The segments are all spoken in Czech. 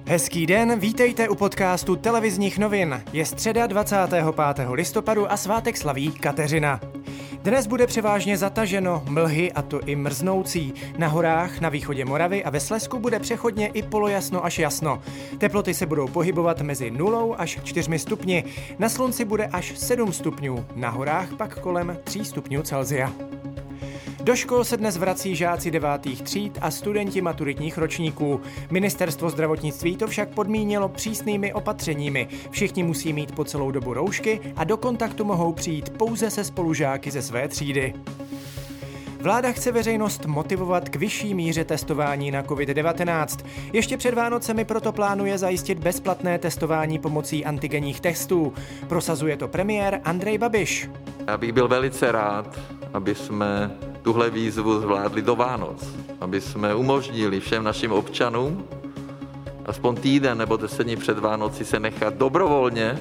Hezký den, vítejte u podcastu televizních novin. Je středa 25. listopadu a svátek slaví Kateřina. Dnes bude převážně zataženo, mlhy a to i mrznoucí. Na horách, na východě Moravy a ve Slezsku bude přechodně i polojasno až jasno. Teploty se budou pohybovat mezi 0 až 4 stupni. Na slunci bude až 7 stupňů, na horách pak kolem 3 stupňů Celsia. Do škol se dnes vrací žáci 9. tříd a studenti maturitních ročníků. Ministerstvo zdravotnictví to však podmínilo přísnými opatřeními. Všichni musí mít po celou dobu roušky a do kontaktu mohou přijít pouze se spolužáky ze své třídy. Vláda chce veřejnost motivovat k vyšší míře testování na COVID-19. Ještě před Vánocemi proto plánuje zajistit bezplatné testování pomocí antigenních testů. Prosazuje to premiér Andrej Babiš. Já bych byl velice rád, aby jsme tuhle výzvu zvládli do Vánoc, aby jsme umožnili všem našim občanům aspoň týden nebo 10 dní před Vánoci se nechat dobrovolně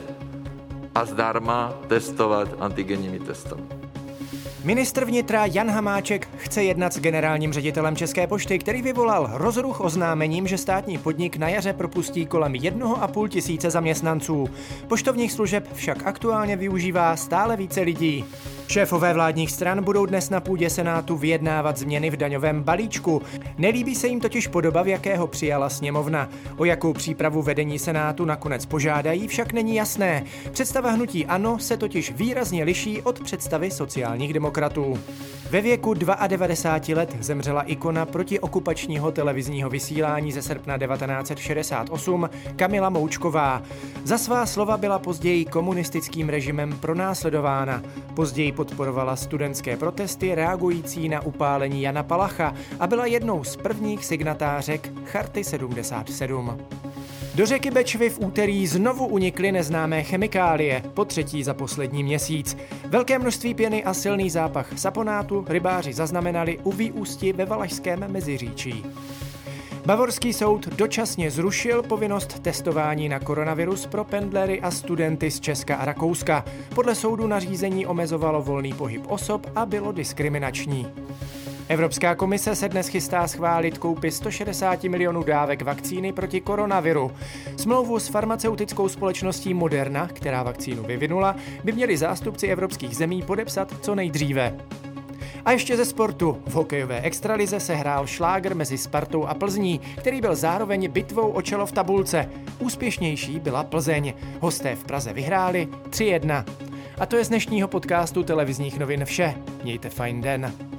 a zdarma testovat antigenními testy. Ministr vnitra Jan Hamáček chce jednat s generálním ředitelem České pošty, který vyvolal rozruch oznámením, že státní podnik na jaře propustí kolem 1,5 tisíce zaměstnanců. Poštovních služeb však aktuálně využívá stále více lidí. Šéfové vládních stran budou dnes na půdě Senátu vyjednávat změny v daňovém balíčku. Nelíbí se jim totiž podoba, v jakého přijala sněmovna. O jakou přípravu vedení Senátu nakonec požádají, však není jasné. Představa hnutí ANO se totiž výrazně liší od představy sociálních demokratů. Ve věku 92 let zemřela ikona protiokupačního televizního vysílání ze srpna 1968 Kamila Moučková. Za svá slova byla později komunistickým režimem pronásledována. Později podporovala studentské protesty reagující na upálení Jana Palacha a byla jednou z prvních signatářek Charty 77. Do řeky Bečvy v úterý znovu unikly neznámé chemikálie, po třetí za poslední měsíc. Velké množství pěny a silný zápach saponátu rybáři zaznamenali u Výústi ve Valašském Meziříčí. Bavorský soud dočasně zrušil povinnost testování na koronavirus pro pendlery a studenty z Česka a Rakouska. Podle soudu nařízení omezovalo volný pohyb osob a bylo diskriminační. Evropská komise se dnes chystá schválit koupi 160 milionů dávek vakcíny proti koronaviru. Smlouvu s farmaceutickou společností Moderna, která vakcínu vyvinula, by měli zástupci evropských zemí podepsat co nejdříve. A ještě ze sportu. V hokejové extralize se hrál šlágr mezi Spartou a Plzní, který byl zároveň bitvou o čelo v tabulce. Úspěšnější byla Plzeň. Hosté v Praze vyhráli 3-1. A to je z dnešního podcastu televizních novin vše. Mějte fajn den.